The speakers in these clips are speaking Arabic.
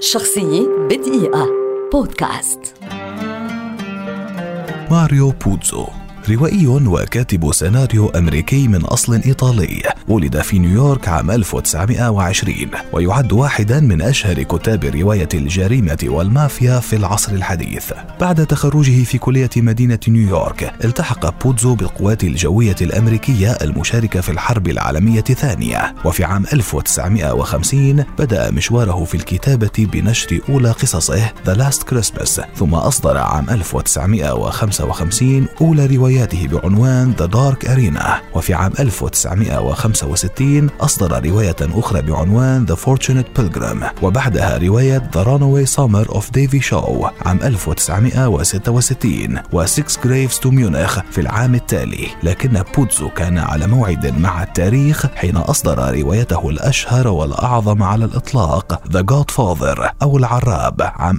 شخصية بدقيقة بودكاست. ماريو بوزو روائي وكاتب سيناريو أمريكي من أصل إيطالي، ولد في نيويورك عام 1920 ويعد واحدا من أشهر كتاب رواية الجريمة والمافيا في العصر الحديث. بعد تخرجه في كلية مدينة نيويورك، التحق بوزو بالقوات الجوية الأمريكية المشاركة في الحرب العالمية الثانية، وفي عام 1950 بدأ مشواره في الكتابة بنشر أولى قصصه The Last Christmas، ثم أصدر عام 1955 أولى رواياته بعنوان The Dark Arena، وفي عام 1965 أصدر رواية أخرى بعنوان The Fortunate Pilgrim، وبعدها رواية The Runaway Summer of Davy Shaw عام 1966 و Six Graves to Munich في العام التالي. لكن بوزو كان على موعد مع التاريخ حين أصدر روايته الأشهر والأعظم على الإطلاق The Godfather أو العراب عام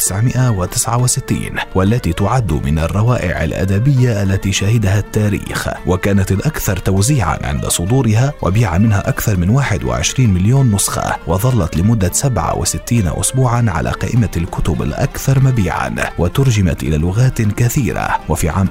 1969، والتي تعد من الروائع الأدبية التي شهدها التاريخ، وكانت الأكثر توزيعا عند صدورها، وبيع منها أكثر من 21 مليون نسخة، وظلت لمدة 67 أسبوعا على قائمة الكتب الأكثر مبيعا، وترجمت إلى لغات كثيرة. وفي عام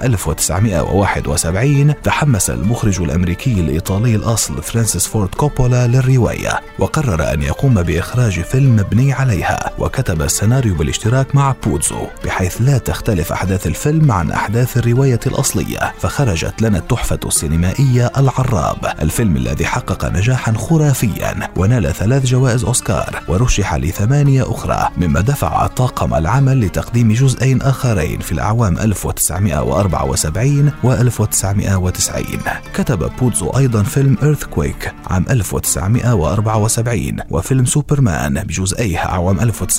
1971 تحمس المخرج الأمريكي الإيطالي الأصل فرانسيس فورد كوبولا للرواية، وقرر أن يقوم بإخراج فيلم مبني عليها، وكتب السيناريو بالاشتراك مع بوزو بحيث لا تختلف أحداث الفيلم عن أحداث الرواية الأصلية. فخرجت لنا التحفة السينمائية العراب، الفيلم الذي حقق نجاحا خرافيا ونال 3 جوائز أوسكار ورشح ل8 أخرى، مما دفع طاقم العمل لتقديم جزئين آخرين في الأعوام 1974 و1990. كتب بوزو أيضا فيلم Earthquake عام 1974 وفيلم سوبرمان بجزئيه أعوام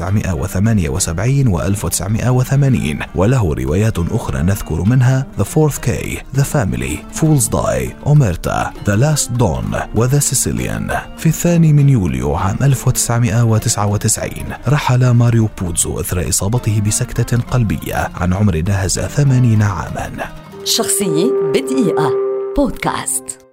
1978 و1980، وله روايات أخرى نذكر منها The Fourth K, The Family, Fool's Die, Omerta, The Last Dawn و The Sicilian. في 2 يوليو عام 1999 رحل ماريو بوزو إثر إصابته بسكتة قلبية عن عمر ناهز 80 عاما. شخصية بدقيقة بودكاست.